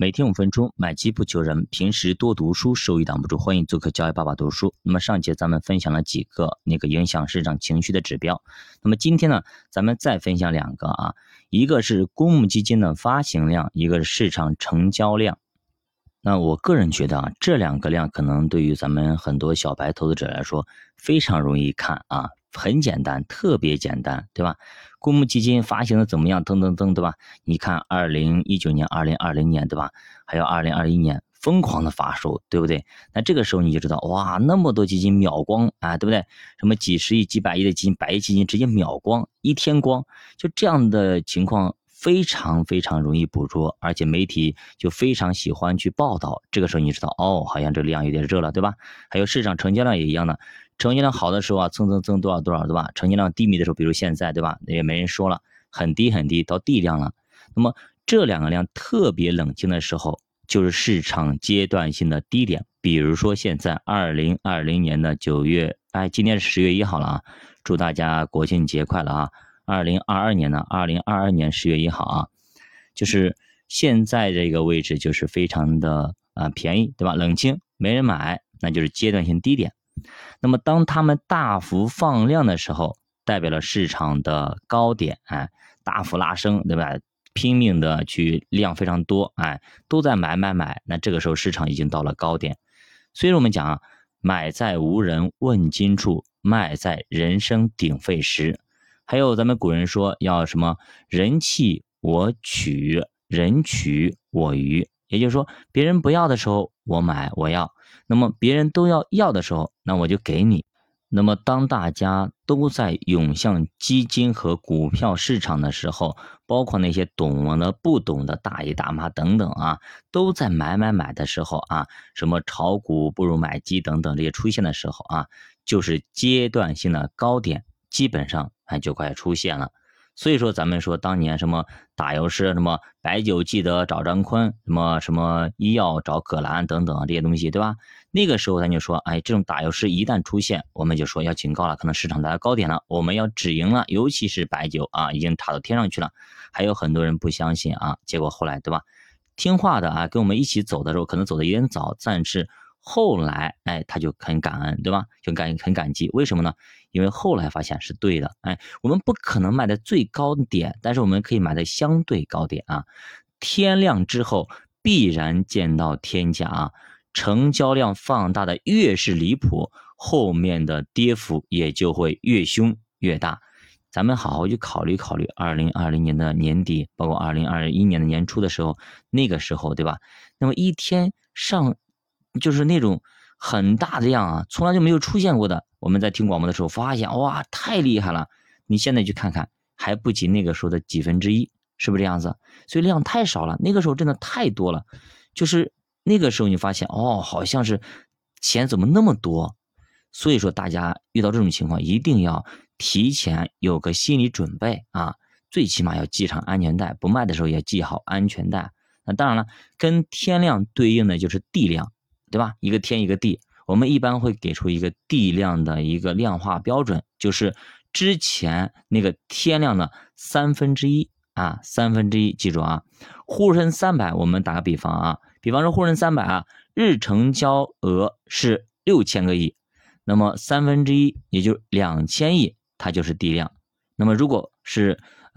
每天5分钟，买基不求人，平时多读书，收益挡不住。欢迎做客教育爸爸读书。那么上节咱们分享了几个影响市场情绪的指标。那么今天呢，咱们再分享两个啊，一个是公募基金的发行量，一个是市场成交量。那我个人觉得啊，这两个量可能对于咱们很多小白投资者来说非常容易看啊，很简单，特别简单，对吧？公募基金发行的怎么样？噔噔噔，对吧？你看2019年、2020年，对吧？还有2021年疯狂的发售，对不对？那这个时候你就知道，哇，那么多基金秒光啊，对不对？什么几十亿、几百亿的基金、百亿基金直接秒光，一天光，就这样的情况非常非常容易捕捉，而且媒体就非常喜欢去报道。这个时候你知道，哦，好像这量有点热了，对吧？还有市场成交量也一样的。成交量好的时候啊，蹭多少多少，对吧？成交量低迷的时候，比如现在，对吧？也没人说了，很低很低到地量了。那么这两个量特别冷静的时候，就是市场阶段性的低点。比如说现在2020年的9月，今天是10月1号了啊，祝大家国庆节快乐啊！2022年呢，2022年10月1号啊，就是现在这个位置就是非常的便宜，对吧？冷清，没人买，那就是阶段性低点。那么当他们大幅放量的时候，代表了市场的高点，大幅拉升，对吧？拼命的去量非常多，都在买，那这个时候市场已经到了高点。所以我们讲啊，买在无人问津处，卖在人声鼎沸时。还有咱们古人说要什么人弃我取，人取我予，也就是说别人不要的时候我买我要，那么别人都要的时候，那我就给你。那么当大家都在涌向基金和股票市场的时候，包括那些懂的不懂的大爷大妈等等啊，都在买的时候啊，什么炒股不如买基等等这些出现的时候啊，就是阶段性的高点基本上就快出现了。所以说咱们说当年什么打油诗，什么白酒记得找张坤，什么医药找葛兰等等这些东西，对吧？那个时候咱就说，这种打油诗一旦出现，我们就说要警告了，可能市场达到高点了，我们要止盈了，尤其是白酒啊，已经炒到天上去了。还有很多人不相信啊，结果后来，对吧？听话的啊，跟我们一起走的时候，可能走的有点早，但是后来他就很感恩，对吧？就很感激。为什么呢？因为后来发现是对的。我们不可能买在最高点，但是我们可以买在相对高点啊。天亮之后必然见到天价啊，成交量放大的越是离谱，后面的跌幅也就会越凶越大。咱们好好去考虑考虑2020年的年底，包括2021年的年初的时候，那个时候，对吧？那么一天上就是那种很大的量啊，从来就没有出现过的。我们在听广播的时候发现，哇，太厉害了！你现在去看看，还不及那个时候的1/10，是不是这样子？所以量太少了，那个时候真的太多了。就是那个时候你发现，好像是钱怎么那么多？所以说大家遇到这种情况一定要提前有个心理准备啊，最起码要系上安全带，不卖的时候也系好安全带。那当然了，跟天量对应的就是地量，对吧？一个天一个地，我们一般会给出一个地量的一个量化标准，就是之前那个天量的1/3啊，1/3，记住啊。沪深300，我们打个比方啊，比方说沪深300啊，日成交额是6000个亿，那么1/3，也就是2000亿，它就是地量。那么如果是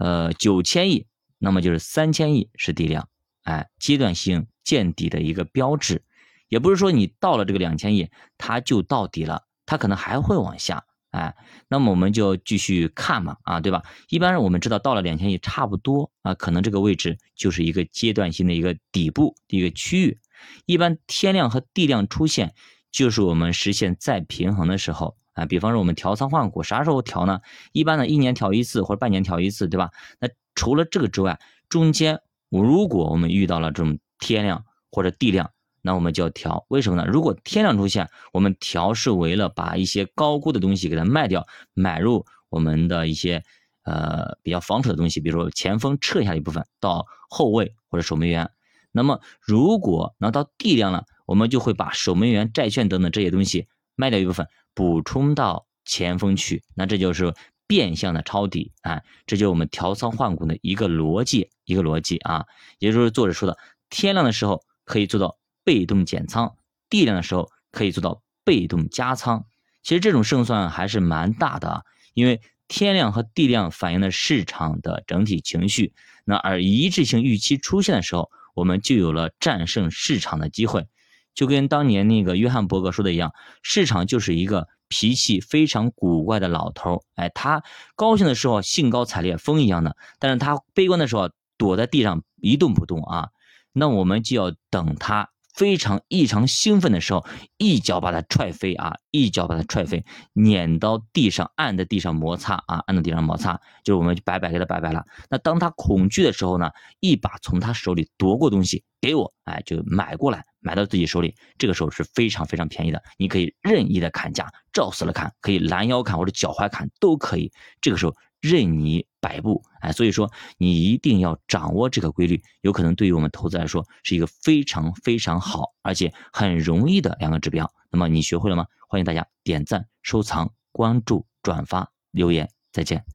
9000亿，那么就是3000亿是地量。阶段性见底的一个标志。也不是说你到了这个2000亿它就到底了，它可能还会往下。那么我们就继续看嘛，对吧？一般我们知道到了2000亿差不多可能这个位置就是一个阶段性的一个底部的一个区域。一般天量和地量出现，就是我们实现再平衡的时候比方说我们调仓换股啥时候调呢？一般呢1年调一次或者半年调一次，对吧？那除了这个之外，中间如果我们遇到了这种天量或者地量，那我们就要调。为什么呢？如果天量出现，我们调是为了把一些高估的东西给它卖掉，买入我们的一些比较防守的东西，比如说前锋撤下一部分到后卫或者守门员。那么如果拿到地量了，我们就会把守门员、债券等等这些东西卖掉一部分，补充到前锋去。那这就是变相的抄底这就是我们调仓换股的一个逻辑啊。也就是作者说的， 天亮的时候可以做到被动减仓，地亮的时候可以做到被动加仓。其实这种胜算还是蛮大的啊，因为天量和地量反映了市场的整体情绪，那而一致性预期出现的时候，我们就有了战胜市场的机会。就跟当年那个约翰伯格说的一样，市场就是一个脾气非常古怪的老头，他高兴的时候兴高采烈，风一样的，但是他悲观的时候躲在地上一动不动啊。那我们就要等他异常兴奋的时候，一脚把他踹飞啊，一脚把他踹飞，碾到地上，按在地上摩擦啊，按到地上摩擦，就是我们白白给他拜拜了。那当他恐惧的时候呢，一把从他手里夺过东西给我，就买过来，买到自己手里，这个时候是非常非常便宜的，你可以任意的砍价，照死了砍，可以拦腰砍或者脚踝砍都可以，这个时候任你摆布，所以说你一定要掌握这个规律，有可能对于我们投资来说是一个非常非常好而且很容易的2个指标。那么你学会了吗？欢迎大家点赞、收藏、关注、转发、留言，再见。